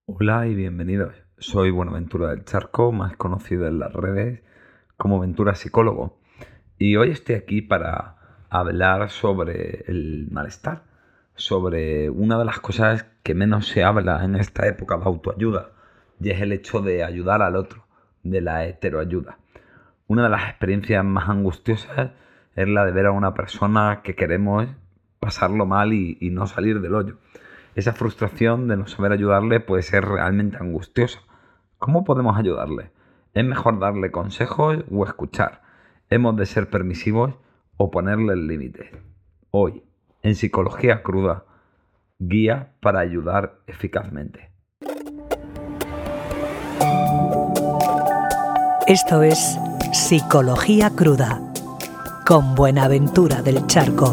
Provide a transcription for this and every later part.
Hola y bienvenidos. Soy Buenaventura del Charco, más conocido en las redes como Ventura Psicólogo. Y hoy estoy aquí para hablar sobre el malestar, sobre una de las cosas que menos se habla en esta época de autoayuda, y es el hecho de ayudar al otro, de la heteroayuda. Una de las experiencias más angustiosas es la de ver a una persona que queremos pasarlo mal y no salir del hoyo. Esa frustración de no saber ayudarle puede ser realmente angustiosa. ¿Cómo podemos ayudarle? ¿Es mejor darle consejos o escuchar? ¿Hemos de ser permisivos o ponerle límites? Hoy, en Psicología Cruda, guía para ayudar eficazmente. Esto es Psicología Cruda, con Buenaventura del Charco.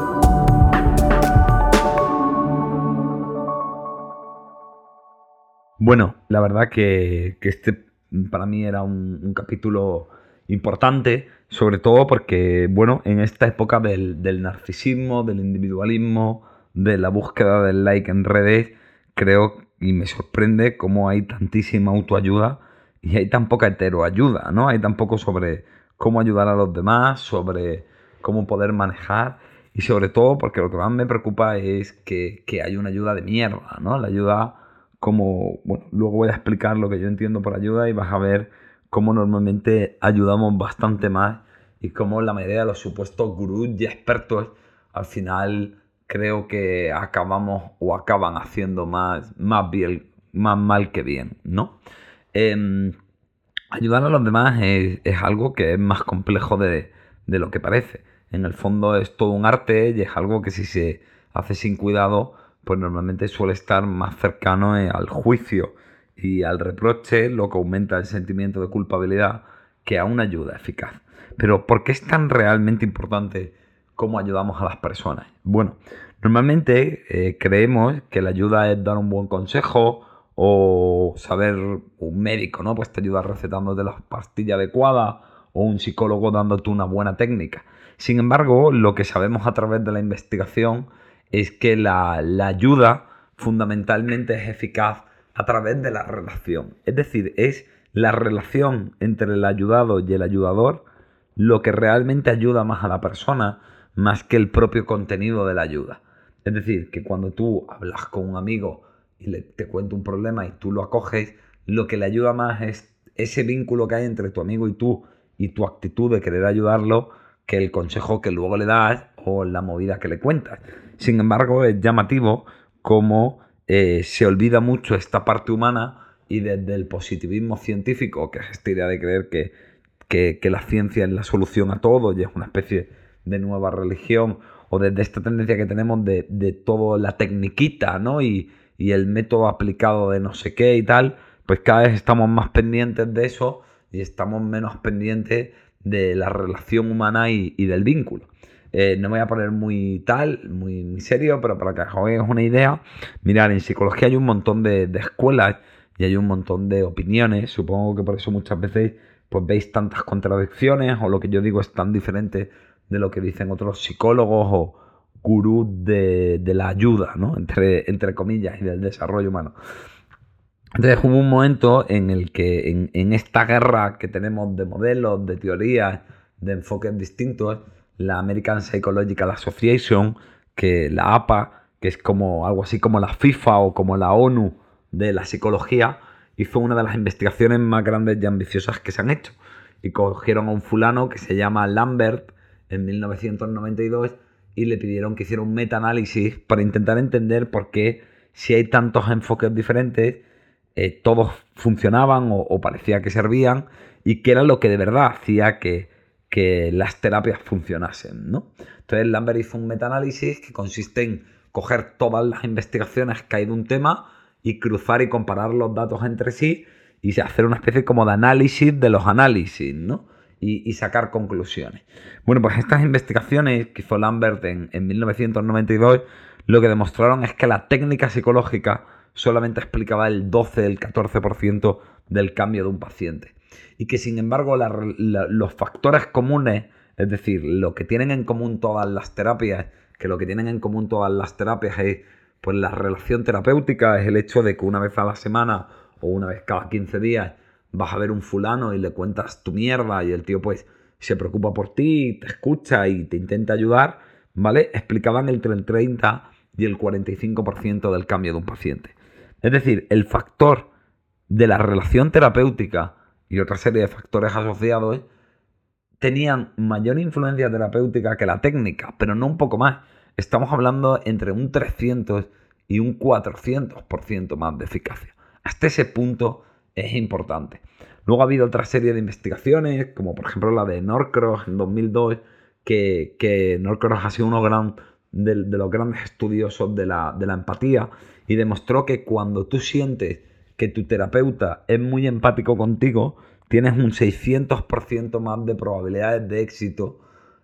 Bueno, la verdad que este para mí era un capítulo importante, sobre todo porque, bueno, en esta época del narcisismo, del individualismo, de la búsqueda del like en redes, creo y me sorprende cómo hay tantísima autoayuda y hay tan poca heteroayuda, ¿no? Hay tan poco sobre cómo ayudar a los demás, sobre cómo poder manejar y sobre todo porque lo que más me preocupa es que hay una ayuda de mierda, ¿no? La ayuda como, bueno, luego voy a explicar lo que yo entiendo por ayuda y vas a ver cómo normalmente ayudamos bastante más y cómo la mayoría de los supuestos gurús y expertos al final creo que acabamos o acaban haciendo más mal que bien, ¿no? Eh, Ayudar a los demás es algo que es más complejo de lo que parece. En el fondo es todo un arte y es algo que si se hace sin cuidado, pues normalmente suele estar más cercano al juicio y al reproche, lo que aumenta el sentimiento de culpabilidad, que a una ayuda eficaz. Pero ¿por qué es tan realmente importante cómo ayudamos a las personas? Bueno, normalmente creemos que la ayuda es dar un buen consejo o saber, un médico, ¿no? Pues te ayuda recetándote la pastilla adecuada o un psicólogo dándote una buena técnica. Sin embargo, lo que sabemos a través de la investigación es que la ayuda fundamentalmente es eficaz a través de la relación. Es decir, es la relación entre el ayudado y el ayudador lo que realmente ayuda más a la persona, más que el propio contenido de la ayuda. Es decir, que cuando tú hablas con un amigo y te cuenta un problema y tú lo acoges, lo que le ayuda más es ese vínculo que hay entre tu amigo y tu actitud de querer ayudarlo, que el consejo que luego le das o la movida que le cuentas. Sin embargo, es llamativo cómo se olvida mucho esta parte humana y desde el positivismo científico, que es esta idea de creer que la ciencia es la solución a todo y es una especie de nueva religión, o desde esta tendencia que tenemos de toda la tecniquita, ¿no? Y el método aplicado de no sé qué y tal, pues cada vez estamos más pendientes de eso y estamos menos pendientes de la relación humana y del vínculo. No me voy a poner muy serio, pero para que os hagáis una idea, mirad, en psicología hay un montón de escuelas y hay un montón de opiniones. Supongo que por eso muchas veces pues veis tantas contradicciones o lo que yo digo es tan diferente de lo que dicen otros psicólogos o gurús de la ayuda, ¿no? Entre comillas, y del desarrollo humano. Entonces hubo un momento en el que en esta guerra que tenemos de modelos, de teorías, de enfoques distintos, la American Psychological Association, que la APA, que es como algo así como la FIFA o como la ONU de la psicología, hizo una de las investigaciones más grandes y ambiciosas que se han hecho. Y cogieron a un fulano que se llama Lambert en 1992 y le pidieron que hiciera un metaanálisis para intentar entender por qué, si hay tantos enfoques diferentes, todos funcionaban o parecía que servían y qué era lo que de verdad hacía que las terapias funcionasen, ¿no? Entonces Lambert hizo un metaanálisis que consiste en coger todas las investigaciones que hay de un tema y cruzar y comparar los datos entre sí y hacer una especie como de análisis de los análisis, ¿no? Y sacar conclusiones. Bueno, pues estas investigaciones que hizo Lambert en 1992 lo que demostraron es que la técnica psicológica solamente explicaba el 12, el 14% del cambio de un paciente. Y que sin embargo los factores comunes, es decir, lo que tienen en común todas las terapias, que lo que tienen en común todas las terapias es Pues la relación terapéutica es el hecho de que una vez a la semana o una vez cada 15 días vas a ver un fulano y le cuentas tu mierda y el tío pues se preocupa por ti, te escucha y te intenta ayudar, ¿vale? Explicaban entre el 30 y el 45% del cambio de un paciente. Es decir, el factor de la relación terapéutica y otra serie de factores asociados tenían mayor influencia terapéutica que la técnica, pero no un poco más. Estamos hablando entre un 300 y un 400% más de eficacia. Hasta ese punto es importante. Luego ha habido otra serie de investigaciones, como por ejemplo la de Norcross en 2002, que Norcross ha sido uno de los grandes estudiosos de la empatía y demostró que cuando tú sientes que tu terapeuta es muy empático contigo, tienes un 600% más de probabilidades de éxito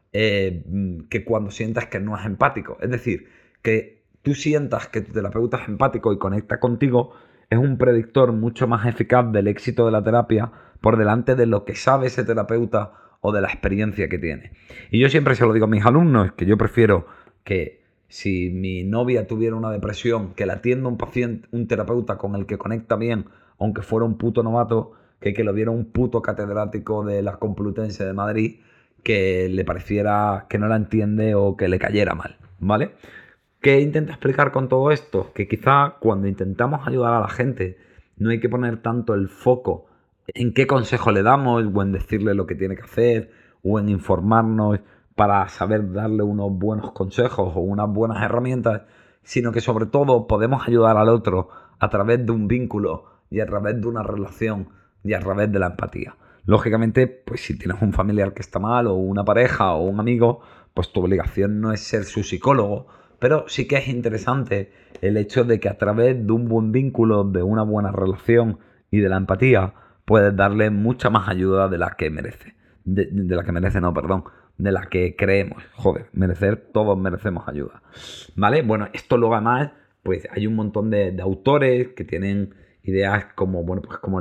que cuando sientas que no es empático. Es decir, que tú sientas que tu terapeuta es empático y conecta contigo es un predictor mucho más eficaz del éxito de la terapia por delante de lo que sabe ese terapeuta o de la experiencia que tiene. Y yo siempre se lo digo a mis alumnos, que yo prefiero que si mi novia tuviera una depresión, que la atienda un paciente, un terapeuta con el que conecta bien, aunque fuera un puto novato, que lo viera un puto catedrático de la Complutense de Madrid, que le pareciera que no la entiende o que le cayera mal, ¿vale? ¿Qué intento explicar con todo esto? Que quizá cuando intentamos ayudar a la gente no hay que poner tanto el foco en qué consejo le damos o en decirle lo que tiene que hacer o en informarnos para saber darle unos buenos consejos o unas buenas herramientas, sino que sobre todo podemos ayudar al otro a través de un vínculo y a través de una relación y a través de la empatía. Lógicamente, pues si tienes un familiar que está mal o una pareja o un amigo, pues tu obligación no es ser su psicólogo, pero sí que es interesante el hecho de que a través de un buen vínculo, de una buena relación y de la empatía, puedes darle mucha más ayuda de la que merece. De la que merece, no, perdón. De la que creemos. Joder, todos merecemos ayuda. ¿Vale? Bueno, esto luego además, pues hay un montón de autores que tienen ideas como, bueno, pues como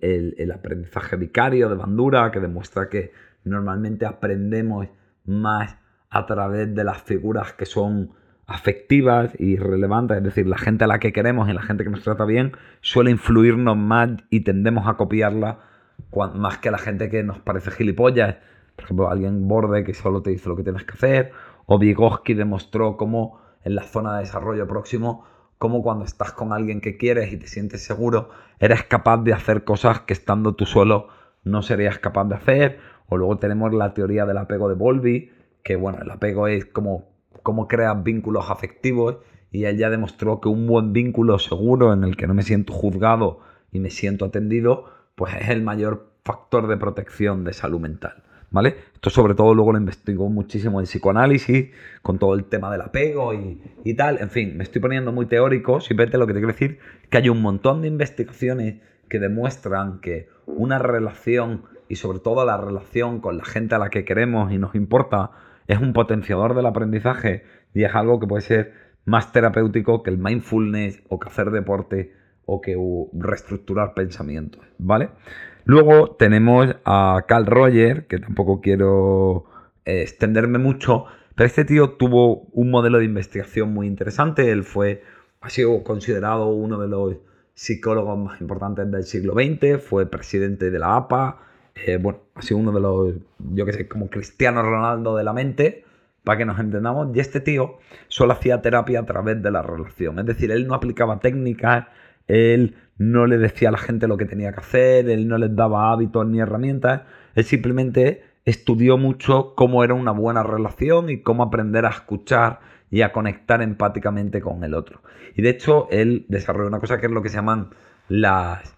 el aprendizaje vicario de Bandura, que demuestra que normalmente aprendemos más a través de las figuras que son afectivas y relevantes, es decir, la gente a la que queremos y la gente que nos trata bien suele influirnos más y tendemos a copiarla más que la gente que nos parece gilipollas. Por ejemplo, alguien borde que solo te dice lo que tienes que hacer, o Vygotsky demostró cómo en la zona de desarrollo próximo, cómo cuando estás con alguien que quieres y te sientes seguro, eres capaz de hacer cosas que estando tú solo no serías capaz de hacer. O luego tenemos la teoría del apego de Bowlby, que bueno, el apego es cómo creas vínculos afectivos, y él ya demostró que un buen vínculo seguro en el que no me siento juzgado y me siento atendido, pues es el mayor factor de protección de salud mental, ¿vale? Esto sobre todo luego lo investigó muchísimo en psicoanálisis, con todo el tema del apego y tal. En fin, me estoy poniendo muy teórico, simplemente lo que te quiero decir es que hay un montón de investigaciones que demuestran que una relación, y sobre todo la relación con la gente a la que queremos y nos importa, es un potenciador del aprendizaje y es algo que puede ser más terapéutico que el mindfulness o que hacer deporte o que reestructurar pensamientos, ¿vale? Luego tenemos a Carl Rogers, que tampoco quiero extenderme mucho, pero este tío tuvo un modelo de investigación muy interesante. Él ha sido considerado uno de los psicólogos más importantes del siglo XX, fue presidente de la APA, bueno, ha sido uno de los, yo que sé, como Cristiano Ronaldo de la mente, para que nos entendamos. Y este tío solo hacía terapia a través de la relación. Es decir, él no aplicaba técnicas, él no le decía a la gente lo que tenía que hacer, él no les daba hábitos ni herramientas, él simplemente estudió mucho cómo era una buena relación y cómo aprender a escuchar y a conectar empáticamente con el otro. Y de hecho, él desarrolló una cosa que es lo que se llaman las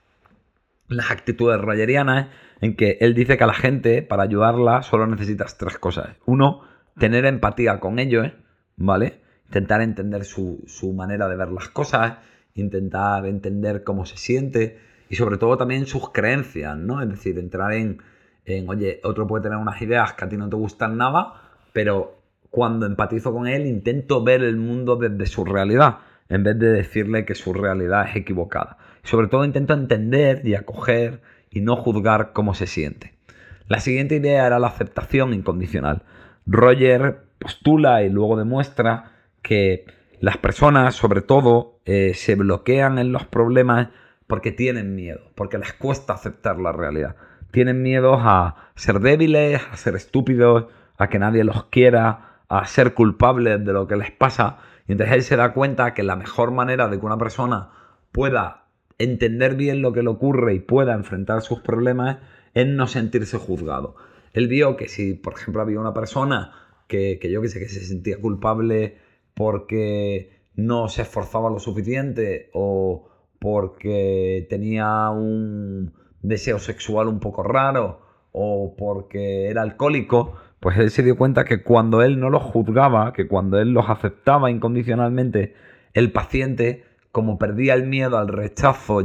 actitudes rogerianas, en que él dice que a la gente, para ayudarla, solo necesitas 3 cosas. 1, tener empatía con ellos, ¿vale? Intentar entender su manera de ver las cosas, intentar entender cómo se siente y sobre todo también sus creencias, ¿no? Es decir, entrar en oye, otro puede tener unas ideas que a ti no te gustan nada, pero cuando empatizo con él intento ver el mundo desde su realidad, en vez de decirle que su realidad es equivocada. Sobre todo intento entender y acoger y no juzgar cómo se siente. La siguiente idea era la aceptación incondicional. Roger postula y luego demuestra que las personas, sobre todo, se bloquean en los problemas porque tienen miedo, porque les cuesta aceptar la realidad. Tienen miedo a ser débiles, a ser estúpidos, a que nadie los quiera, a ser culpables de lo que les pasa. Y entonces él se da cuenta que la mejor manera de que una persona pueda entender bien lo que le ocurre y pueda enfrentar sus problemas es no sentirse juzgado. Él vio que si, por ejemplo, había una persona que yo que sé, que se sentía culpable porque no se esforzaba lo suficiente o porque tenía un deseo sexual un poco raro o porque era alcohólico, pues él se dio cuenta que cuando él no los juzgaba, que cuando él los aceptaba incondicionalmente, el paciente, como perdía el miedo al rechazo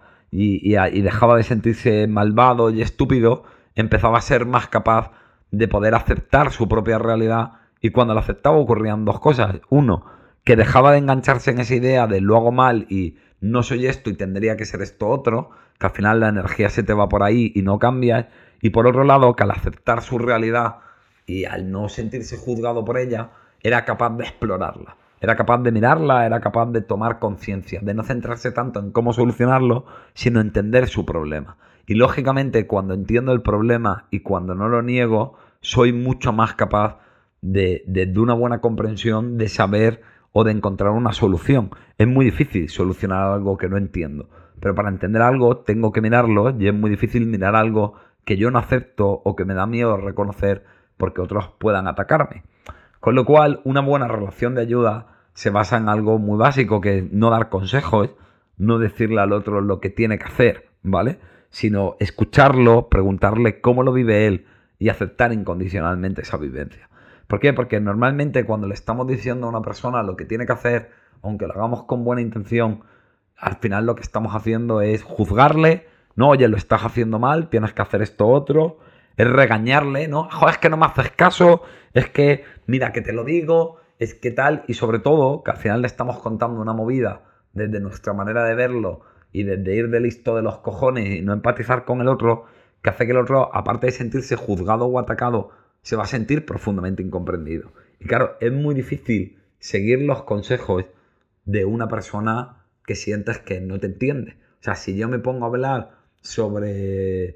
y dejaba de sentirse malvado y estúpido, empezaba a ser más capaz de poder aceptar su propia realidad. Y cuando lo aceptaba ocurrían dos cosas. Uno, que dejaba de engancharse en esa idea de lo hago mal y no soy esto y tendría que ser esto otro, que al final la energía se te va por ahí y no cambias. Y por otro lado, que al aceptar su realidad y al no sentirse juzgado por ella, era capaz de explorarla. Era capaz de mirarla, era capaz de tomar conciencia, de no centrarse tanto en cómo solucionarlo, sino entender su problema. Y lógicamente, cuando entiendo el problema y cuando no lo niego, soy mucho más capaz de una buena comprensión, de saber o de encontrar una solución. Es muy difícil solucionar algo que no entiendo, pero para entender algo tengo que mirarlo y es muy difícil mirar algo que yo no acepto o que me da miedo reconocer porque otros puedan atacarme. Con lo cual, una buena relación de ayuda se basa en algo muy básico, que es no dar consejos, no decirle al otro lo que tiene que hacer, ¿vale? Sino escucharlo, preguntarle cómo lo vive él y aceptar incondicionalmente esa vivencia. ¿Por qué? Porque normalmente cuando le estamos diciendo a una persona lo que tiene que hacer, aunque lo hagamos con buena intención, al final lo que estamos haciendo es juzgarle, no, oye, lo estás haciendo mal, tienes que hacer esto otro, es regañarle, ¿no? Joder, es que no me haces caso, es que, mira que te lo digo, es que tal, y sobre todo, que al final le estamos contando una movida desde nuestra manera de verlo y desde ir de listo de los cojones y no empatizar con el otro, que hace que el otro, aparte de sentirse juzgado o atacado, se va a sentir profundamente incomprendido. Y claro, es muy difícil seguir los consejos de una persona que sientes que no te entiende. O sea, si yo me pongo a hablar sobre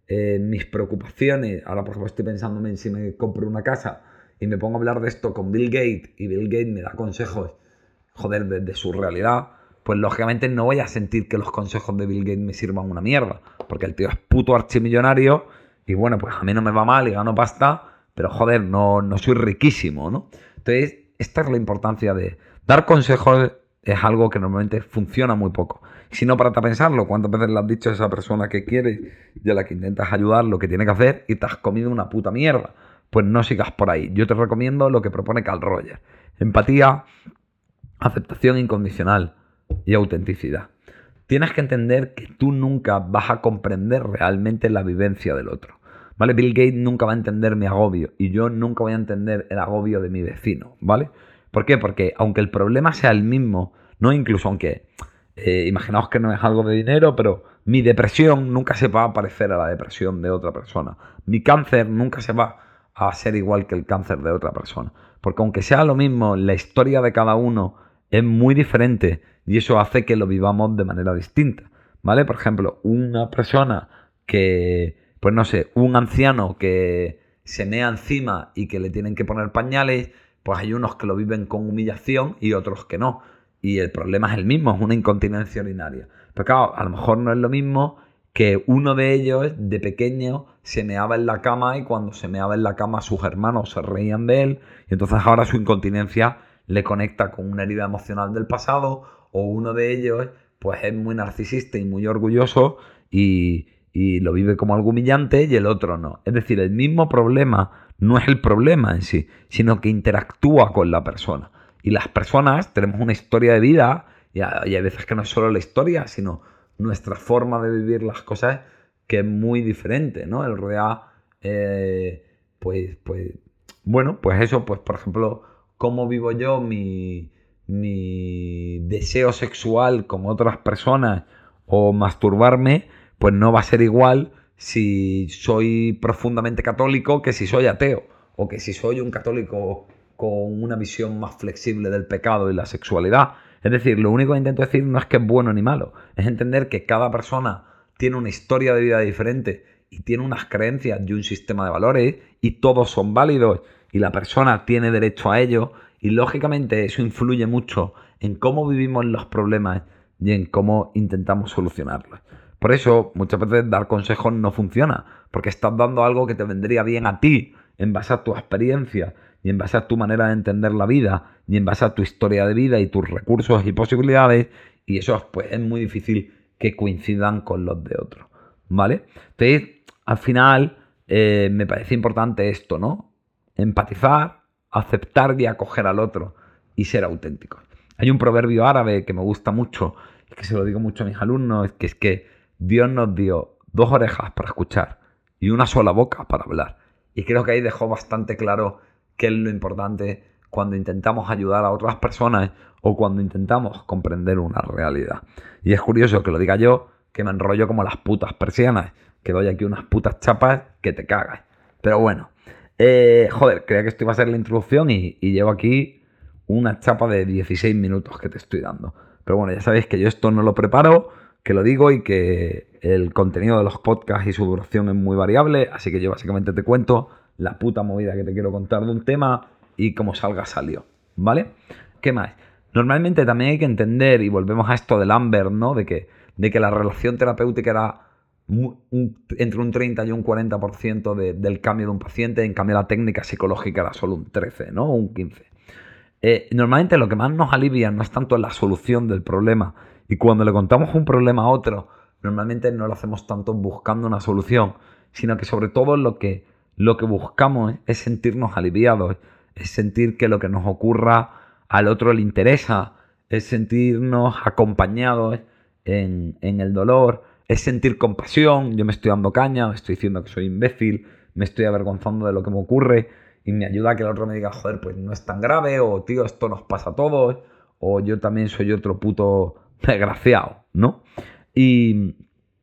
mis preocupaciones, ahora por ejemplo estoy pensando en si me compro una casa y me pongo a hablar de esto con Bill Gates y Bill Gates me da consejos, joder, de su realidad, pues lógicamente no voy a sentir que los consejos de Bill Gates me sirvan una mierda, porque el tío es puto archimillonario y bueno, pues a mí no me va mal y gano pasta, pero joder, no soy riquísimo, ¿no? Entonces, esta es la importancia de dar consejos. Es algo que normalmente funciona muy poco. Si no, párate a pensarlo. ¿Cuántas veces le has dicho a esa persona que quieres y a la que intentas ayudar lo que tiene que hacer y te has comido una puta mierda? Pues no sigas por ahí. Yo te recomiendo lo que propone Carl Rogers. Empatía, aceptación incondicional y autenticidad. Tienes que entender que tú nunca vas a comprender realmente la vivencia del otro. ¿Vale? Bill Gates nunca va a entender mi agobio y yo nunca voy a entender el agobio de mi vecino, ¿vale? ¿Por qué? Porque aunque el problema sea el mismo, no incluso aunque, imaginaos que no es algo de dinero, pero mi depresión nunca se va a parecer a la depresión de otra persona. Mi cáncer nunca se va a ser igual que el cáncer de otra persona. Porque aunque sea lo mismo, la historia de cada uno es muy diferente y eso hace que lo vivamos de manera distinta, ¿vale? Por ejemplo, una persona que, pues no sé, un anciano que se mea encima y que le tienen que poner pañales, pues hay unos que lo viven con humillación y otros que no. Y el problema es el mismo, es una incontinencia urinaria. Pero claro, a lo mejor no es lo mismo que uno de ellos de pequeño se meaba en la cama y cuando se meaba en la cama sus hermanos se reían de él y entonces ahora su incontinencia le conecta con una herida emocional del pasado, o uno de ellos pues es muy narcisista y muy orgulloso y lo vive como algo humillante y el otro no. Es decir, el mismo problema no es el problema en sí, sino que interactúa con la persona. Y las personas tenemos una historia de vida y hay veces que no es solo la historia, sino nuestra forma de vivir las cosas que es muy diferente, ¿no? El real, pues eso, pues por ejemplo, cómo vivo yo mi deseo sexual con otras personas o masturbarme, pues no va a ser igual si soy profundamente católico que si soy ateo, o que si soy un católico con una visión más flexible del pecado y la sexualidad. Es decir, lo único que intento decir no es que es bueno ni malo, es entender que cada persona tiene una historia de vida diferente y tiene unas creencias y un sistema de valores y todos son válidos y la persona tiene derecho a ello y lógicamente eso influye mucho en cómo vivimos los problemas y en cómo intentamos solucionarlos. Por eso muchas veces dar consejos no funciona, porque estás dando algo que te vendría bien a ti en base a tu experiencia y en base a tu manera de entender la vida y en base a tu historia de vida y tus recursos y posibilidades, y eso pues es muy difícil que coincidan con los de otros, ¿vale? Entonces, al final me parece importante esto, ¿no? Empatizar, aceptar y acoger al otro y ser auténticos. Hay un proverbio árabe que me gusta mucho, es que se lo digo mucho a mis alumnos, que es que Dios nos dio 2 orejas para escuchar y una sola boca para hablar. Y creo que ahí dejó bastante claro qué es lo importante cuando intentamos ayudar a otras personas o cuando intentamos comprender una realidad. Y es curioso que lo diga yo, que me enrollo como las putas persianas, que doy aquí unas putas chapas que te cagas. Pero bueno, creía que esto iba a ser la introducción y llevo aquí una chapa de 16 minutos que te estoy dando. Pero bueno, ya sabéis que yo esto no lo preparo, que lo digo y que el contenido de los podcasts y su duración es muy variable, así que yo básicamente te cuento la puta movida que te quiero contar de un tema y como salga salió, ¿vale? ¿Qué más? Normalmente también hay que entender, y volvemos a esto del Amber, ¿no? De que la relación terapéutica era entre un 30 y un 40% del cambio de un paciente, en cambio la técnica psicológica era solo un 13, ¿no? O un 15. Normalmente lo que más nos alivia no es tanto la solución del problema, y cuando le contamos un problema a otro, normalmente no lo hacemos tanto buscando una solución, sino que sobre todo lo que buscamos es sentirnos aliviados, es sentir que lo que nos ocurra al otro le interesa, es sentirnos acompañados en el dolor, es sentir compasión. Yo me estoy dando caña, me estoy diciendo que soy imbécil, me estoy avergonzando de lo que me ocurre y me ayuda a que el otro me diga, joder, pues no es tan grave, o tío, esto nos pasa a todos, o yo también soy otro puto desgraciado, ¿no? Y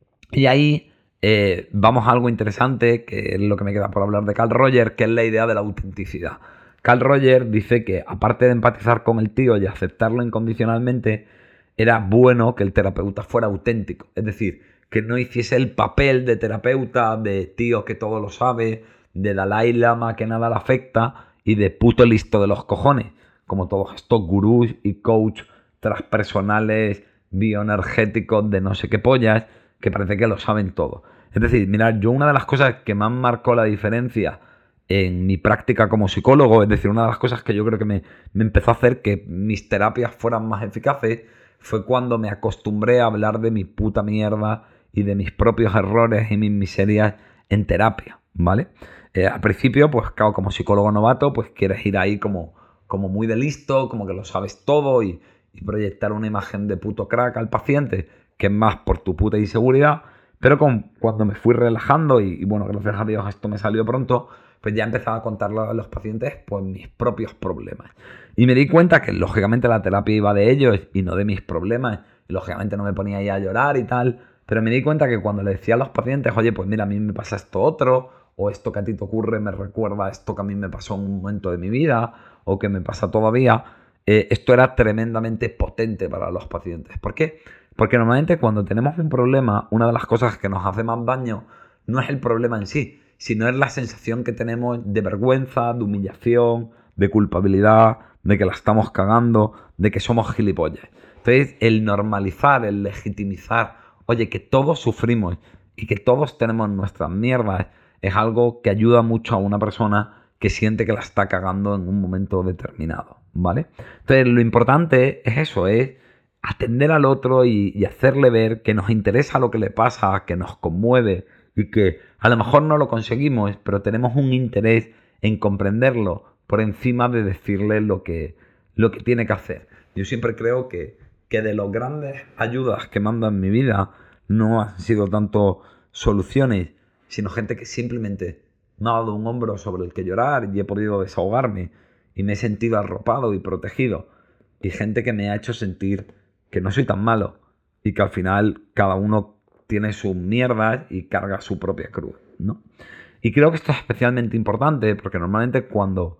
ahí vamos a algo interesante, que es lo que me queda por hablar de Carl Rogers, que es la idea de la autenticidad. Carl Rogers dice que, aparte de empatizar con el tío y aceptarlo incondicionalmente, era bueno que el terapeuta fuera auténtico. Es decir, que no hiciese el papel de terapeuta, de tío que todo lo sabe, de Dalai Lama que nada le afecta y de puto listo de los cojones, como todos estos gurús y coach transpersonales, bioenergéticos de no sé qué pollas, que parece que lo saben todo. Es decir, mirad, yo una de las cosas que más marcó la diferencia en mi práctica como psicólogo, es decir, una de las cosas que yo creo que me empezó a hacer que mis terapias fueran más eficaces, fue cuando me acostumbré a hablar de mi puta mierda y de mis propios errores y mis miserias en terapia, ¿vale? Al principio, pues claro, como psicólogo novato, pues quieres ir ahí como muy de listo, como que lo sabes todo y proyectar una imagen de puto crack al paciente, que es más por tu puta inseguridad. Pero cuando me fui relajando y bueno, gracias a Dios esto me salió pronto, pues ya empezaba a contarle a los pacientes pues mis propios problemas. Y me di cuenta que lógicamente la terapia iba de ellos y no de mis problemas. Y lógicamente no me ponía ahí a llorar y tal. Pero me di cuenta que cuando le decía a los pacientes, oye, pues mira, a mí me pasa esto otro, o esto que a ti te ocurre me recuerda a esto que a mí me pasó en un momento de mi vida, o que me pasa todavía, esto era tremendamente potente para los pacientes. ¿Por qué? Porque normalmente cuando tenemos un problema, una de las cosas que nos hace más daño no es el problema en sí, sino es la sensación que tenemos de vergüenza, de humillación, de culpabilidad, de que la estamos cagando, de que somos gilipollas. Entonces, el normalizar, el legitimizar, oye, que todos sufrimos y que todos tenemos nuestras mierdas, es algo que ayuda mucho a una persona que siente que la está cagando en un momento determinado, ¿vale? Entonces, lo importante es eso, es atender al otro y hacerle ver que nos interesa lo que le pasa, que nos conmueve y que a lo mejor no lo conseguimos, pero tenemos un interés en comprenderlo por encima de decirle lo que tiene que hacer. Yo siempre creo que de las grandes ayudas que me han dado en mi vida no han sido tanto soluciones, sino gente que simplemente me ha dado un hombro sobre el que llorar y he podido desahogarme y me he sentido arropado y protegido. Y gente que me ha hecho sentir que no soy tan malo y que al final cada uno tiene sus mierdas y carga su propia cruz, ¿no? Y creo que esto es especialmente importante porque normalmente cuando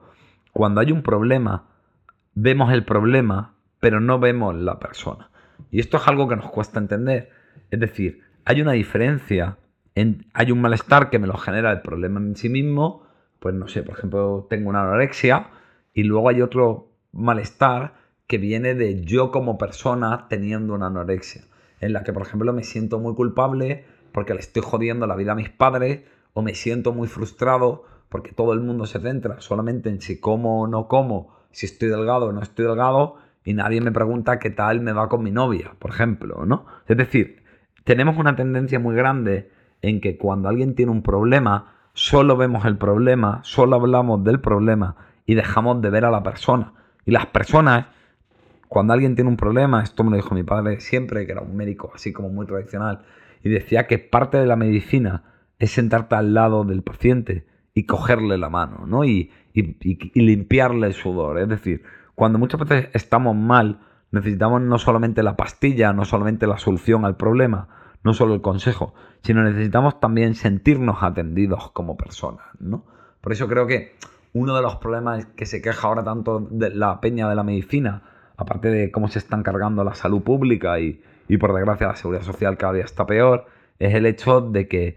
cuando hay un problema, vemos el problema, pero no vemos la persona. Y esto es algo que nos cuesta entender. Es decir, hay una diferencia, hay un malestar que me lo genera el problema en sí mismo, pues no sé, por ejemplo, tengo una anorexia, y luego hay otro malestar que viene de yo como persona teniendo una anorexia, en la que, por ejemplo, me siento muy culpable porque le estoy jodiendo la vida a mis padres, o me siento muy frustrado porque todo el mundo se centra solamente en si como o no como, si estoy delgado o no estoy delgado, y nadie me pregunta qué tal me va con mi novia, por ejemplo, ¿no? Es decir, tenemos una tendencia muy grande en que cuando alguien tiene un problema, solo vemos el problema, solo hablamos del problema y dejamos de ver a la persona. Y las personas, cuando alguien tiene un problema, esto me lo dijo mi padre siempre, que era un médico así como muy tradicional, y decía que parte de la medicina es sentarte al lado del paciente y cogerle la mano, ¿no? Y limpiarle el sudor. Es decir, cuando muchas veces estamos mal, necesitamos no solamente la pastilla, no solamente la solución al problema, no solo el consejo, sino necesitamos también sentirnos atendidos como personas, ¿no? Por eso creo que uno de los problemas que se queja ahora tanto de la peña de la medicina, aparte de cómo se están cargando la salud pública y por desgracia la seguridad social cada día está peor, es el hecho de que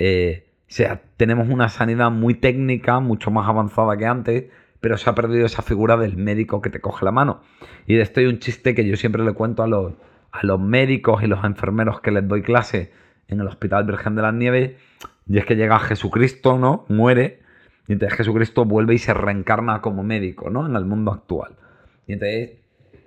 tenemos una sanidad muy técnica, mucho más avanzada que antes, pero se ha perdido esa figura del médico que te coge la mano. Y de esto hay un chiste que yo siempre le cuento a los médicos y los enfermeros que les doy clase en el Hospital Virgen de las Nieves, y es que llega Jesucristo, ¿no? Muere, y entonces Jesucristo vuelve y se reencarna como médico, ¿no? En el mundo actual. Y entonces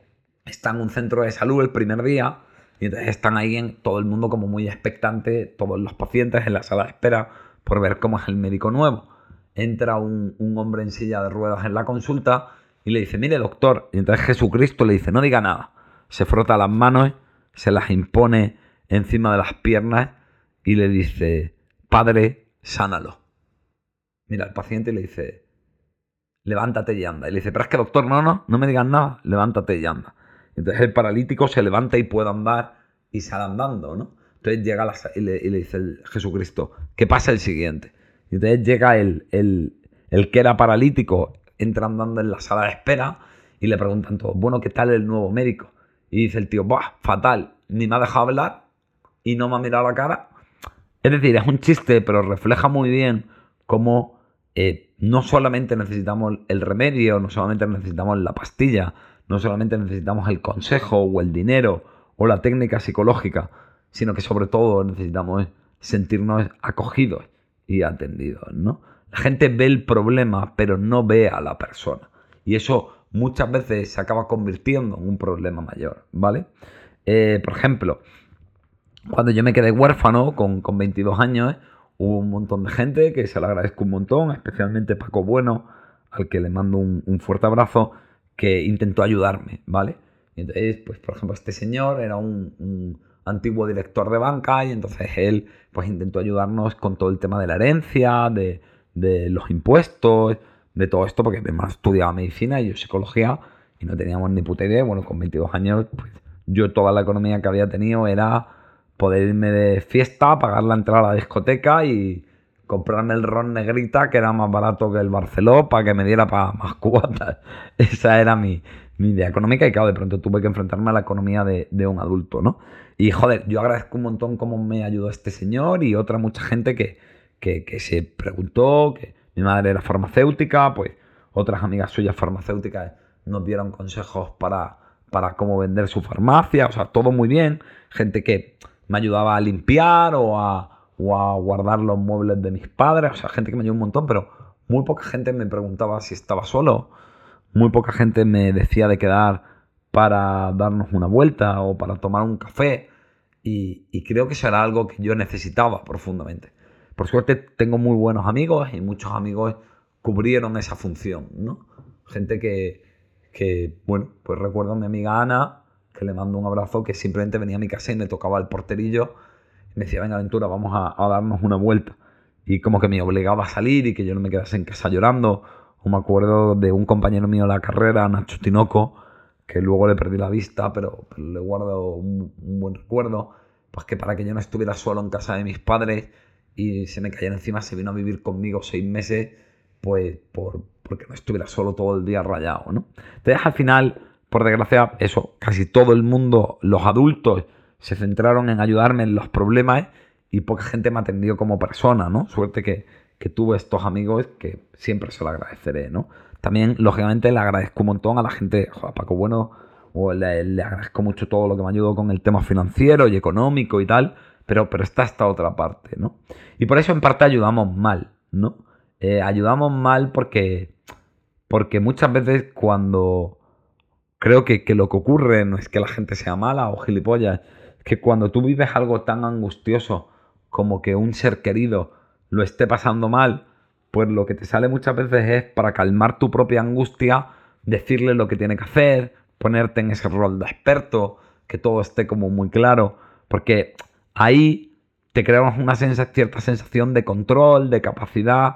está en un centro de salud el primer día, y entonces están ahí todo el mundo como muy expectante, todos los pacientes en la sala de espera por ver cómo es el médico nuevo. Entra un hombre en silla de ruedas en la consulta y le dice, mire doctor, y entonces Jesucristo le dice, no diga nada. Se frota las manos, se las impone encima de las piernas y le dice, Padre, sánalo. Mira, el paciente le dice, levántate y anda. Y le dice, pero es que doctor, no me digas nada, levántate y anda. Entonces el paralítico se levanta y puede andar y sale andando, ¿no? Entonces llega y le dice Jesucristo, que pasa el siguiente. Y entonces llega el que era paralítico, entra andando en la sala de espera y le preguntan todos, bueno, ¿qué tal el nuevo médico? Y dice el tío, ¡buah, fatal! Ni me ha dejado hablar y no me ha mirado la cara. Es decir, es un chiste, pero refleja muy bien cómo no solamente necesitamos el remedio, no solamente necesitamos la pastilla, no solamente necesitamos el consejo o el dinero o la técnica psicológica, sino que sobre todo necesitamos sentirnos acogidos y atendidos, ¿no? La gente ve el problema, pero no ve a la persona. Y eso muchas veces se acaba convirtiendo en un problema mayor, ¿vale? Por ejemplo, cuando yo me quedé huérfano con 22 años, hubo un montón de gente que se lo agradezco un montón, especialmente Paco Bueno, al que le mando un fuerte abrazo, que intentó ayudarme, ¿vale? Y entonces, pues por ejemplo, este señor era un antiguo director de banca y entonces él pues intentó ayudarnos con todo el tema de la herencia, de los impuestos, de todo esto, porque además estudiaba medicina y yo psicología y no teníamos ni puta idea. Bueno, con 22 años, pues yo toda la economía que había tenido era poder irme de fiesta, pagar la entrada a la discoteca y comprarme el ron Negrita, que era más barato que el Barceló, para que me diera para más cubatas. Esa era mi idea económica y claro, de pronto tuve que enfrentarme a la economía de un adulto, ¿no? Y joder, yo agradezco un montón cómo me ayudó este señor y otra mucha gente que se preguntó, que mi madre era farmacéutica, pues otras amigas suyas farmacéuticas nos dieron consejos para cómo vender su farmacia, o sea, todo muy bien. Gente que me ayudaba a limpiar o a guardar los muebles de mis padres, o sea, gente que me ayudó un montón, pero muy poca gente me preguntaba si estaba solo, muy poca gente me decía de quedar para darnos una vuelta o para tomar un café y creo que eso era algo que yo necesitaba profundamente. Por suerte tengo muy buenos amigos y muchos amigos cubrieron esa función, ¿no? Gente que bueno, pues recuerdo a mi amiga Ana, que le mando un abrazo, que simplemente venía a mi casa y me tocaba el porterillo y me decía, venga Aventura, vamos a darnos una vuelta. Y como que me obligaba a salir y que yo no me quedase en casa llorando. O me acuerdo de un compañero mío de la carrera, Nacho Tinoco, que luego le perdí la vista, pero le guardo un buen recuerdo, pues que para que yo no estuviera solo en casa de mis padres y se me cayera encima, se vino a vivir conmigo 6 meses porque no estuviera solo todo el día rayado, ¿no? Entonces, al final, por desgracia, eso, casi todo el mundo, los adultos, se centraron en ayudarme en los problemas y poca gente me atendió como persona, ¿no? Suerte que tuve estos amigos que siempre se lo agradeceré, ¿no? También, lógicamente, le agradezco un montón a la gente, a Paco Bueno, o le agradezco mucho todo lo que me ayudó con el tema financiero y económico y tal, pero está esta otra parte, ¿no? Y por eso en parte ayudamos mal, ¿no? Ayudamos mal porque muchas veces cuando creo que lo que ocurre no es que la gente sea mala o gilipollas, es que cuando tú vives algo tan angustioso como que un ser querido lo esté pasando mal, pues lo que te sale muchas veces es para calmar tu propia angustia, decirle lo que tiene que hacer, ponerte en ese rol de experto, que todo esté como muy claro, porque ahí te creamos una cierta sensación de control, de capacidad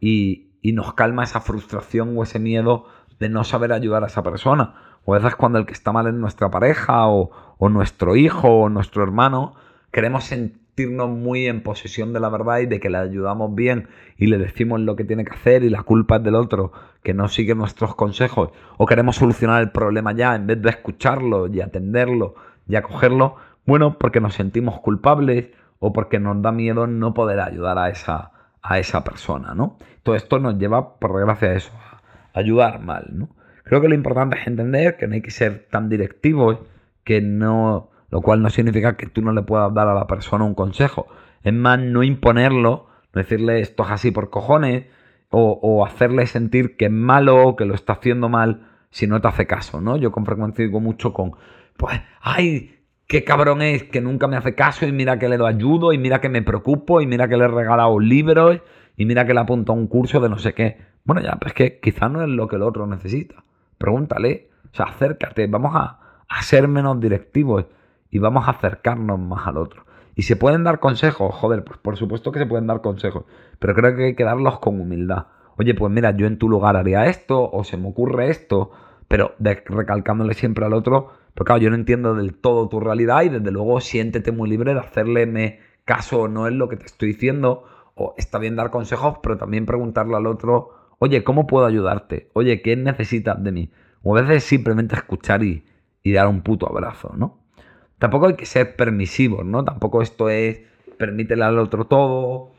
y nos calma esa frustración o ese miedo de no saber ayudar a esa persona. O a veces cuando el que está mal es nuestra pareja o nuestro hijo o nuestro hermano, queremos sentirnos muy en posesión de la verdad y de que le ayudamos bien y le decimos lo que tiene que hacer y la culpa es del otro que no sigue nuestros consejos, o queremos solucionar el problema ya en vez de escucharlo y atenderlo y acogerlo, bueno, porque nos sentimos culpables o porque nos da miedo no poder ayudar a esa persona, ¿no? Todo esto nos lleva, por desgracia, a eso, a ayudar mal, ¿no? Creo que lo importante es entender que no hay que ser tan directivos, que no, lo cual no significa que tú no le puedas dar a la persona un consejo. Es más, no imponerlo, no decirle esto es así por cojones, o hacerle sentir que es malo o que lo está haciendo mal si no te hace caso, ¿no? Yo con frecuencia digo mucho pues, ¡ay! ¡Qué cabrón es que nunca me hace caso! Y mira que le doy ayudo, y mira que me preocupo, y mira que le he regalado libros, y mira que le apunto a un curso de no sé qué. Bueno, ya, pues que quizás no es lo que el otro necesita. Pregúntale, o sea, acércate, vamos a ser menos directivos y vamos a acercarnos más al otro. Y se pueden dar consejos, joder, pues por supuesto que se pueden dar consejos, pero creo que hay que darlos con humildad. Oye, pues mira, yo en tu lugar haría esto, o se me ocurre esto, pero recalcándole siempre al otro, pero claro, yo no entiendo del todo tu realidad y desde luego siéntete muy libre de hacerle caso o no en lo que te estoy diciendo, o está bien dar consejos, pero también preguntarle al otro, oye, ¿cómo puedo ayudarte? Oye, ¿qué necesitas de mí? O a veces simplemente escuchar y dar un puto abrazo, ¿no? Tampoco hay que ser permisivos, ¿no? Tampoco esto es permítele al otro todo,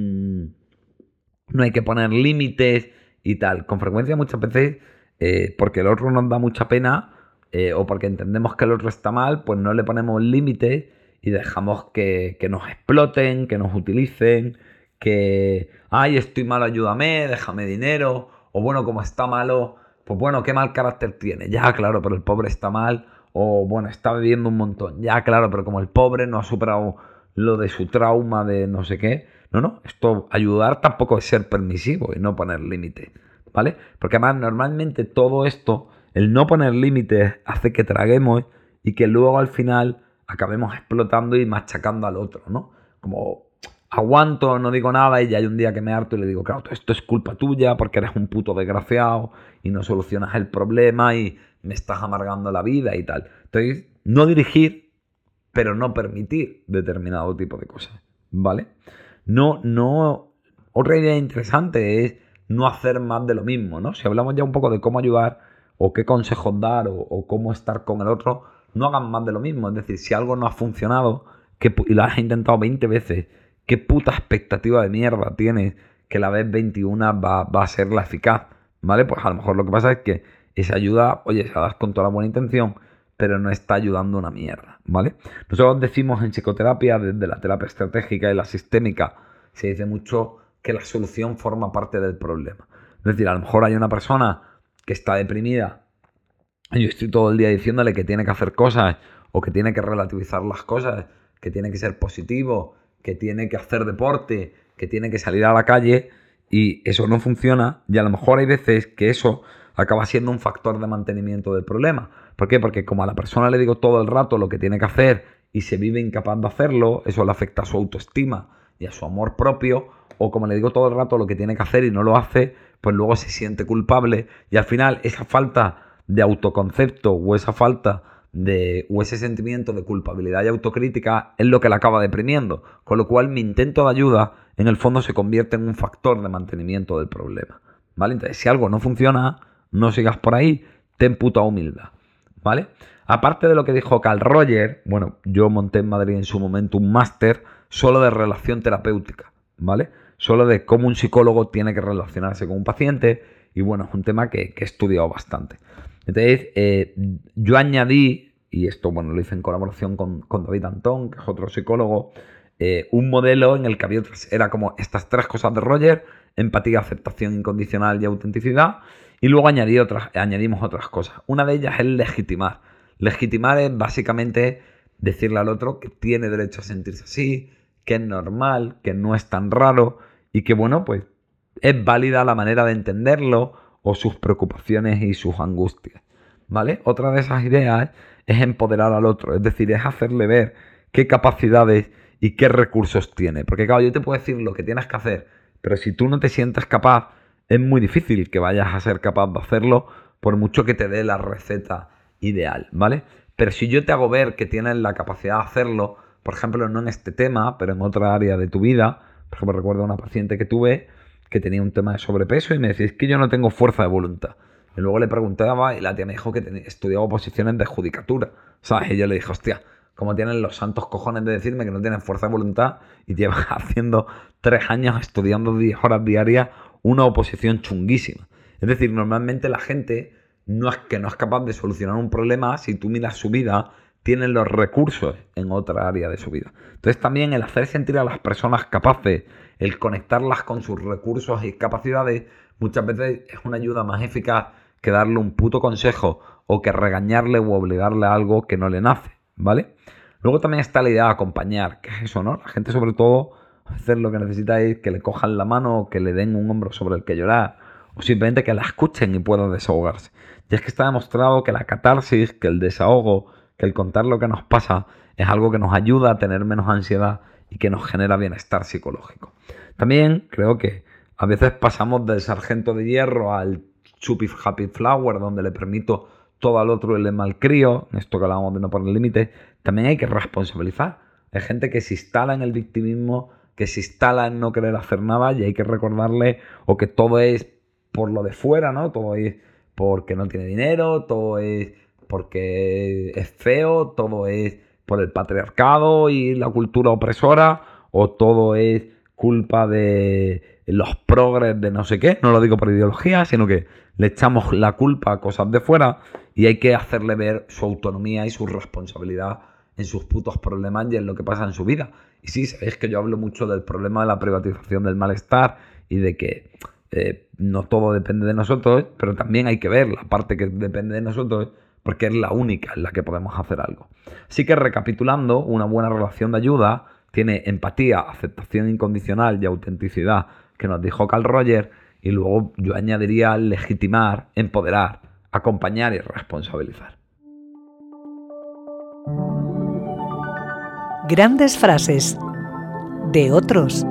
no hay que poner límites y tal. Con frecuencia muchas veces, porque el otro nos da mucha pena o porque entendemos que el otro está mal, pues no le ponemos límites y dejamos que nos exploten, que nos utilicen, que, ay, estoy malo, ayúdame, déjame dinero, o bueno, como está malo, pues bueno, qué mal carácter tiene, ya, claro, pero el pobre está mal, o bueno, está bebiendo un montón, ya, claro, pero como el pobre no ha superado lo de su trauma de no sé qué, no, esto, ayudar tampoco es ser permisivo y no poner límites, ¿vale? Porque además normalmente todo esto, el no poner límites hace que traguemos y que luego al final acabemos explotando y machacando al otro, ¿no? Como aguanto, no digo nada y ya hay un día que me harto y le digo, claro, esto es culpa tuya porque eres un puto desgraciado y no solucionas el problema y me estás amargando la vida y tal. Entonces, no dirigir, pero no permitir determinado tipo de cosas, ¿vale? No. Otra idea interesante es no hacer más de lo mismo, ¿no? Si hablamos ya un poco de cómo ayudar o qué consejos dar o cómo estar con el otro, no hagan más de lo mismo. Es decir, si algo no ha funcionado y lo has intentado 20 veces, ¿qué puta expectativa de mierda tienes que la vez 21 va a ser la eficaz? ¿Vale? Pues a lo mejor lo que pasa es que esa ayuda, oye, se la das con toda la buena intención, pero no está ayudando una mierda, ¿vale? Nosotros decimos en psicoterapia, desde la terapia estratégica y la sistémica, se dice mucho que la solución forma parte del problema. Es decir, a lo mejor hay una persona que está deprimida y yo estoy todo el día diciéndole que tiene que hacer cosas o que tiene que relativizar las cosas, que tiene que ser positivo, que tiene que hacer deporte, que tiene que salir a la calle y eso no funciona y a lo mejor hay veces que eso acaba siendo un factor de mantenimiento del problema. ¿Por qué? Porque como a la persona le digo todo el rato lo que tiene que hacer y se vive incapaz de hacerlo, eso le afecta a su autoestima y a su amor propio, o como le digo todo el rato lo que tiene que hacer y no lo hace, pues luego se siente culpable y al final esa falta de autoconcepto o esa falta o ese sentimiento de culpabilidad y autocrítica es lo que la acaba deprimiendo, con lo cual mi intento de ayuda en el fondo se convierte en un factor de mantenimiento del problema, ¿vale? Entonces, si algo no funciona, no sigas por ahí, ten puta humildad, ¿vale? Aparte de lo que dijo Carl Rogers, bueno, yo monté en Madrid en su momento un máster solo de relación terapéutica, ¿vale? Solo de cómo un psicólogo tiene que relacionarse con un paciente y bueno, es un tema que he estudiado bastante. Entonces, yo añadí, y esto bueno lo hice en colaboración con David Antón, que es otro psicólogo, un modelo en el que era como estas 3 cosas de Rogers: empatía, aceptación incondicional y autenticidad. Y luego añadimos otras cosas. Una de ellas es legitimar. Legitimar es básicamente decirle al otro que tiene derecho a sentirse así, que es normal, que no es tan raro y que, bueno, pues es válida la manera de entenderlo o sus preocupaciones y sus angustias, ¿vale? Otra de esas ideas es empoderar al otro, es decir, es hacerle ver qué capacidades y qué recursos tiene. Porque, claro, yo te puedo decir lo que tienes que hacer, pero si tú no te sientes capaz, es muy difícil que vayas a ser capaz de hacerlo por mucho que te dé la receta ideal, ¿vale? Pero si yo te hago ver que tienes la capacidad de hacerlo, por ejemplo, no en este tema, pero en otra área de tu vida, por ejemplo, recuerdo a una paciente que tuve que tenía un tema de sobrepeso y me decía: es que yo no tengo fuerza de voluntad. Y luego le preguntaba y la tía me dijo que estudiaba oposiciones de judicatura, ¿sabes? Y yo le dije: hostia, ¿cómo tienen los santos cojones de decirme que no tienen fuerza de voluntad y llevas haciendo 3 años estudiando 10 horas diarias una oposición chunguísima? Es decir, normalmente la gente no es capaz de solucionar un problema. Si tú miras su vida, tienen los recursos en otra área de su vida. Entonces también el hacer sentir a las personas capaces, el conectarlas con sus recursos y capacidades, muchas veces es una ayuda más eficaz que darle un puto consejo o que regañarle o obligarle a algo que no le nace, ¿vale? Luego también está la idea de acompañar, que es eso, ¿no? La gente, sobre todo, a veces lo que necesita es que le cojan la mano o que le den un hombro sobre el que llorar, o simplemente que la escuchen y pueda desahogarse. Y es que está demostrado que la catarsis, que el desahogo, que el contar lo que nos pasa es algo que nos ayuda a tener menos ansiedad y que nos genera bienestar psicológico. También creo que a veces pasamos del sargento de hierro al chupi happy flower, donde le permito todo al otro y le malcrio, en esto que hablábamos de no poner límites. También hay que responsabilizar. Hay gente que se instala en el victimismo, que se instala en no querer hacer nada, y hay que recordarle o que todo es por lo de fuera, ¿no? Todo es porque no tiene dinero, todo es porque es feo, todo es por el patriarcado y la cultura opresora, o todo es culpa de los progres de no sé qué. No lo digo por ideología, sino que le echamos la culpa a cosas de fuera y hay que hacerle ver su autonomía y su responsabilidad en sus putos problemas y en lo que pasa en su vida. Y sí, sabéis que yo hablo mucho del problema de la privatización del malestar y de que no todo depende de nosotros, pero también hay que ver la parte que depende de nosotros, porque es la única en la que podemos hacer algo. Así que, recapitulando, una buena relación de ayuda tiene empatía, aceptación incondicional y autenticidad, que nos dijo Carl Rogers, y luego yo añadiría legitimar, empoderar, acompañar y responsabilizar. Grandes frases de otros.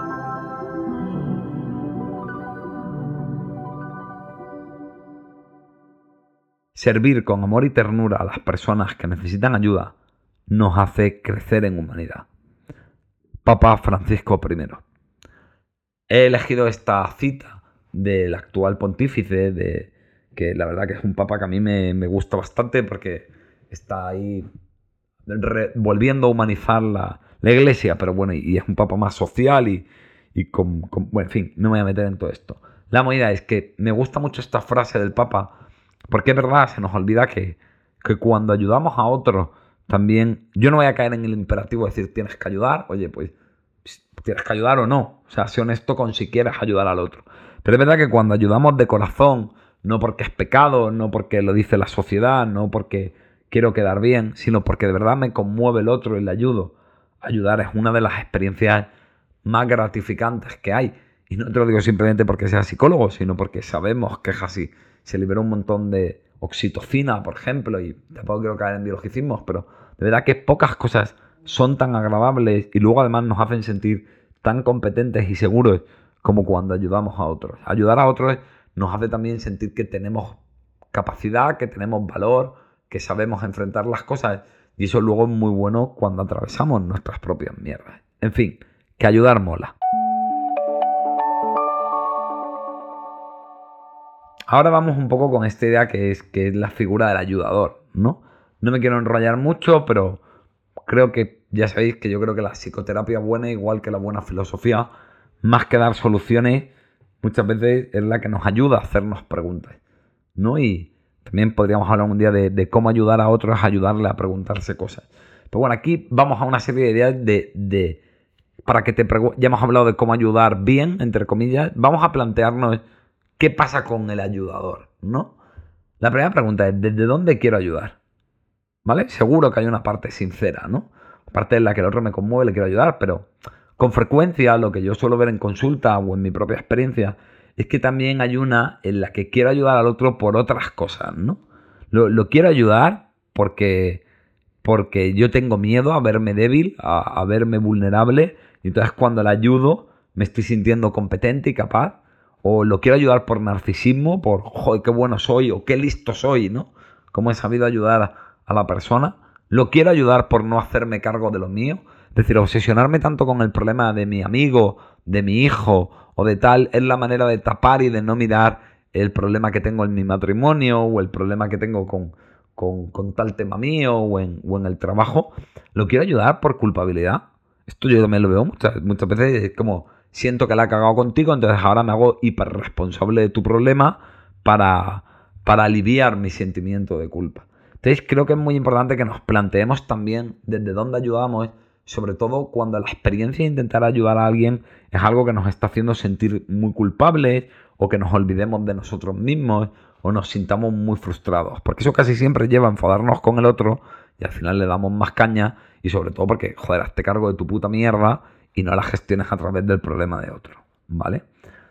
Servir con amor y ternura a las personas que necesitan ayuda nos hace crecer en humanidad. Papa Francisco I. He elegido esta cita del actual pontífice, que la verdad que es un papa que a mí me gusta bastante porque está ahí volviendo a humanizar la iglesia, pero bueno, y es un papa más social y bueno, en fin, no me voy a meter en todo esto. La movida es que me gusta mucho esta frase del papa, porque es verdad, se nos olvida que cuando ayudamos a otros, también, yo no voy a caer en el imperativo de decir tienes que ayudar, oye, pues tienes que ayudar o no, o sea, sé honesto con si quieres ayudar al otro. Pero es verdad que cuando ayudamos de corazón, no porque es pecado, no porque lo dice la sociedad, no porque quiero quedar bien, sino porque de verdad me conmueve el otro y le ayudo. Ayudar es una de las experiencias más gratificantes que hay. Y no te lo digo simplemente porque sea psicólogo, sino porque sabemos que es así. Se libera un montón de oxitocina, por ejemplo, y tampoco quiero caer en biologicismos, pero de verdad que pocas cosas son tan agradables y luego además nos hacen sentir tan competentes y seguros como cuando ayudamos a otros. Ayudar a otros nos hace también sentir que tenemos capacidad, que tenemos valor, que sabemos enfrentar las cosas, y eso luego es muy bueno cuando atravesamos nuestras propias mierdas. En fin, que ayudar mola. Ahora vamos un poco con esta idea que es la figura del ayudador, ¿no? No me quiero enrollar mucho, pero creo que ya sabéis que yo creo que la psicoterapia buena, igual que la buena filosofía, más que dar soluciones, muchas veces es la que nos ayuda a hacernos preguntas, ¿no? Y también podríamos hablar un día de cómo ayudar a otros a ayudarle a preguntarse cosas. Pero bueno, aquí vamos a una serie de ideas para que ya hemos hablado de cómo ayudar bien, entre comillas, vamos a plantearnos qué pasa con el ayudador, ¿no? La primera pregunta es, ¿desde dónde quiero ayudar? ¿Vale? Seguro que hay una parte sincera, ¿no? Parte en la que el otro me conmueve, le quiero ayudar, pero con frecuencia lo que yo suelo ver en consulta o en mi propia experiencia es que también hay una en la que quiero ayudar al otro por otras cosas, ¿no? Lo quiero ayudar porque yo tengo miedo a verme débil, a verme vulnerable, y entonces cuando le ayudo me estoy sintiendo competente y capaz, o lo quiero ayudar por narcisismo, por, joder, qué bueno soy, o qué listo soy, ¿no? Cómo he sabido ayudar a la persona. Lo quiero ayudar por no hacerme cargo de lo mío. Es decir, obsesionarme tanto con el problema de mi amigo, de mi hijo o de tal, es la manera de tapar y de no mirar el problema que tengo en mi matrimonio o el problema que tengo con tal tema mío o en el trabajo. Lo quiero ayudar por culpabilidad. Esto yo también lo veo muchas veces. Es como, siento que la he cagado contigo, entonces ahora me hago hiperresponsable de tu problema para aliviar mi sentimiento de culpa. Entonces creo que es muy importante que nos planteemos también desde dónde ayudamos, sobre todo cuando la experiencia de intentar ayudar a alguien es algo que nos está haciendo sentir muy culpables o que nos olvidemos de nosotros mismos o nos sintamos muy frustrados. Porque eso casi siempre lleva a enfadarnos con el otro y al final le damos más caña y sobre todo porque, joder, hazte cargo de tu puta mierda y no la gestiones a través del problema de otro, ¿vale?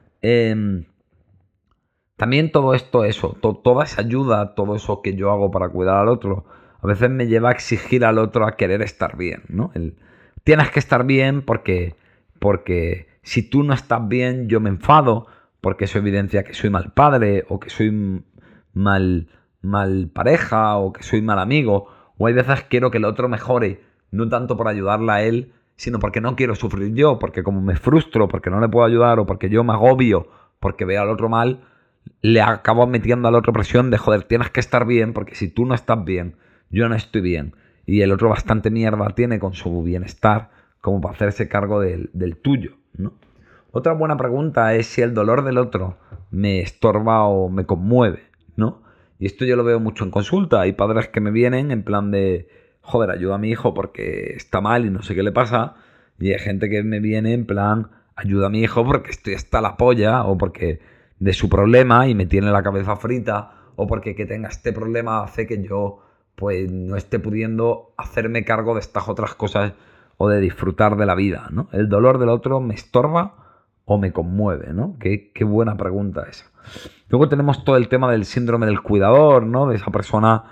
También todo esto, toda esa ayuda, todo eso que yo hago para cuidar al otro, a veces me lleva a exigir al otro a querer estar bien, ¿no? Tienes que estar bien porque si tú no estás bien yo me enfado, porque eso evidencia que soy mal padre o que soy mal pareja o que soy mal amigo. O hay veces quiero que el otro mejore, no tanto por ayudarle a él, sino porque no quiero sufrir yo, porque como me frustro, porque no le puedo ayudar o porque yo me agobio, porque veo al otro mal, le acabo metiendo al otro presión de, joder, tienes que estar bien, porque si tú no estás bien, yo no estoy bien. Y el otro bastante mierda tiene con su bienestar como para hacerse cargo del tuyo, ¿no? Otra buena pregunta es si el dolor del otro me estorba o me conmueve, ¿no? Y esto yo lo veo mucho en consulta. Hay padres que me vienen en plan de, joder, ayuda a mi hijo porque está mal y no sé qué le pasa. Y hay gente que me viene en plan, ayuda a mi hijo porque estoy hasta la polla o porque de su problema y me tiene la cabeza frita o porque que tenga este problema hace que yo pues no esté pudiendo hacerme cargo de estas otras cosas o de disfrutar de la vida, ¿no? ¿El dolor del otro me estorba o me conmueve, ¿no? Qué buena pregunta esa. Luego tenemos todo el tema del síndrome del cuidador, ¿no? De esa persona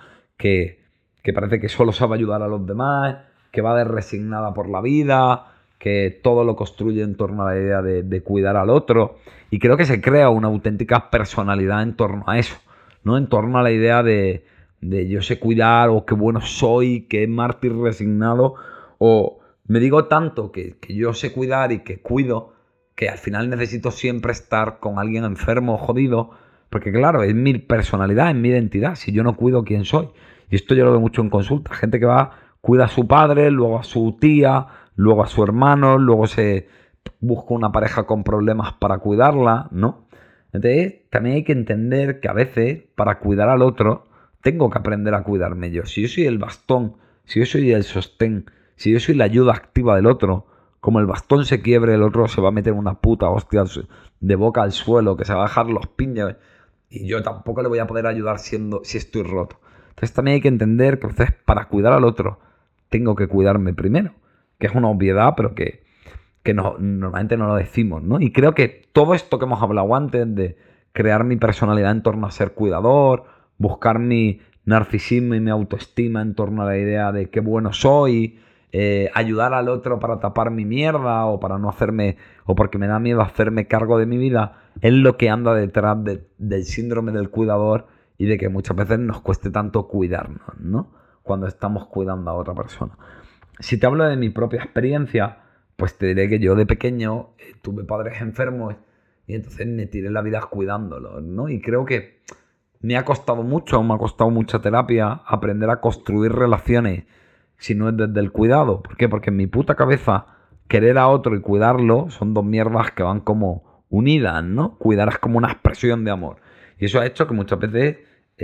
que parece que solo sabe ayudar a los demás, que va de resignada por la vida, que todo lo construye en torno a la idea de cuidar al otro. Y creo que se crea una auténtica personalidad en torno a eso, ¿no? En torno a la idea de yo sé cuidar, o qué bueno soy, qué mártir resignado, o me digo tanto que yo sé cuidar y que cuido, que al final necesito siempre estar con alguien enfermo o jodido, porque claro, es mi personalidad, es mi identidad. Si yo no cuido, ¿quién soy? Y esto yo lo veo mucho en consulta. Gente que va, cuida a su padre, luego a su tía, luego a su hermano, luego se busca una pareja con problemas para cuidarla, ¿no? Entonces, también hay que entender que a veces, para cuidar al otro, tengo que aprender a cuidarme yo. Si yo soy el bastón, si yo soy el sostén, si yo soy la ayuda activa del otro, como el bastón se quiebre, el otro se va a meter una puta hostia de boca al suelo, que se va a dejar los piños, y yo tampoco le voy a poder ayudar si estoy roto. Entonces también hay que entender que a veces para cuidar al otro tengo que cuidarme primero, que es una obviedad, pero que normalmente no lo decimos, ¿no? Y creo que todo esto que hemos hablado antes de crear mi personalidad en torno a ser cuidador, buscar mi narcisismo y mi autoestima en torno a la idea de qué bueno soy, ayudar al otro para tapar mi mierda o para no hacerme, o porque me da miedo hacerme cargo de mi vida, es lo que anda detrás del síndrome del cuidador y de que muchas veces nos cueste tanto cuidarnos, ¿no? Cuando estamos cuidando a otra persona. Si te hablo de mi propia experiencia, pues te diré que yo de pequeño tuve padres enfermos y entonces me tiré la vida cuidándolos, ¿no? Y creo que me ha costado mucha terapia aprender a construir relaciones si no es desde el cuidado. ¿Por qué? Porque en mi puta cabeza querer a otro y cuidarlo son dos mierdas que van como unidas, ¿no? Cuidar es como una expresión de amor. Y eso ha hecho que muchas veces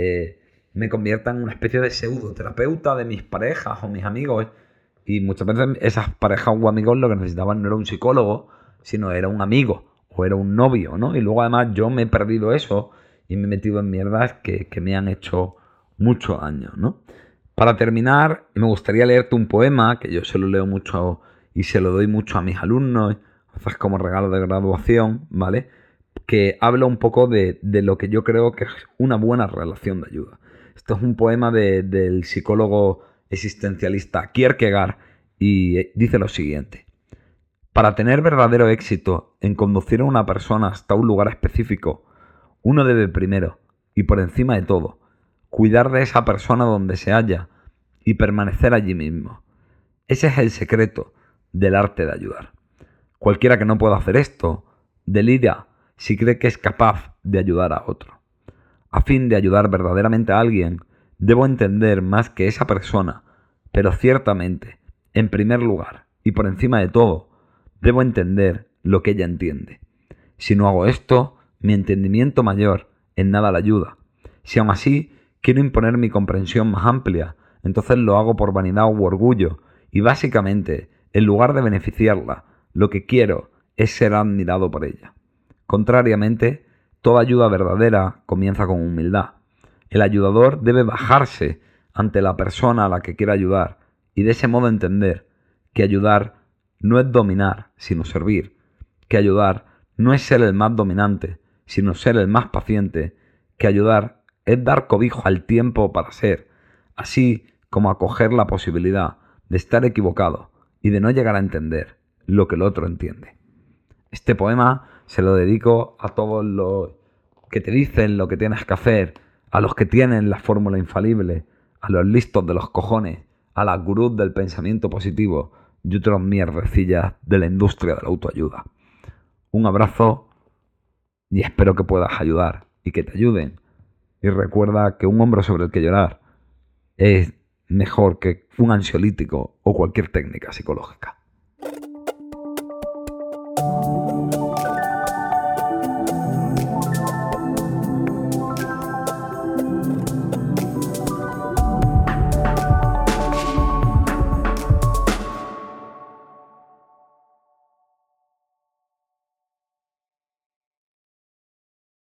me convierta en una especie de pseudoterapeuta de mis parejas o mis amigos. Y muchas veces esas parejas o amigos lo que necesitaban no era un psicólogo, sino era un amigo o era un novio, ¿no? Y luego además yo me he perdido eso y me he metido en mierdas que me han hecho mucho daño, ¿no? Para terminar, me gustaría leerte un poema que yo se lo leo mucho y se lo doy mucho a mis alumnos, a veces como regalo de graduación, ¿vale? Que habla un poco de lo que yo creo que es una buena relación de ayuda. Esto es un poema del psicólogo existencialista Kierkegaard y dice lo siguiente. Para tener verdadero éxito en conducir a una persona hasta un lugar específico, uno debe primero, y por encima de todo, cuidar de esa persona donde se halla y permanecer allí mismo. Ese es el secreto del arte de ayudar. Cualquiera que no pueda hacer esto, delira si cree que es capaz de ayudar a otro. A fin de ayudar verdaderamente a alguien, debo entender más que esa persona, pero ciertamente, en primer lugar y por encima de todo, debo entender lo que ella entiende. Si no hago esto, mi entendimiento mayor en nada la ayuda. Si aún así quiero imponer mi comprensión más amplia, entonces lo hago por vanidad u orgullo, y básicamente, en lugar de beneficiarla, lo que quiero es ser admirado por ella. Contrariamente, toda ayuda verdadera comienza con humildad. El ayudador debe bajarse ante la persona a la que quiere ayudar y de ese modo entender que ayudar no es dominar, sino servir, que ayudar no es ser el más dominante, sino ser el más paciente, que ayudar es dar cobijo al tiempo para ser, así como acoger la posibilidad de estar equivocado y de no llegar a entender lo que el otro entiende. Este poema se lo dedico a todos los que te dicen lo que tienes que hacer, a los que tienen la fórmula infalible, a los listos de los cojones, a las gurús del pensamiento positivo y otras mierdecillas de la industria de la autoayuda. Un abrazo y espero que puedas ayudar y que te ayuden. Y recuerda que un hombro sobre el que llorar es mejor que un ansiolítico o cualquier técnica psicológica.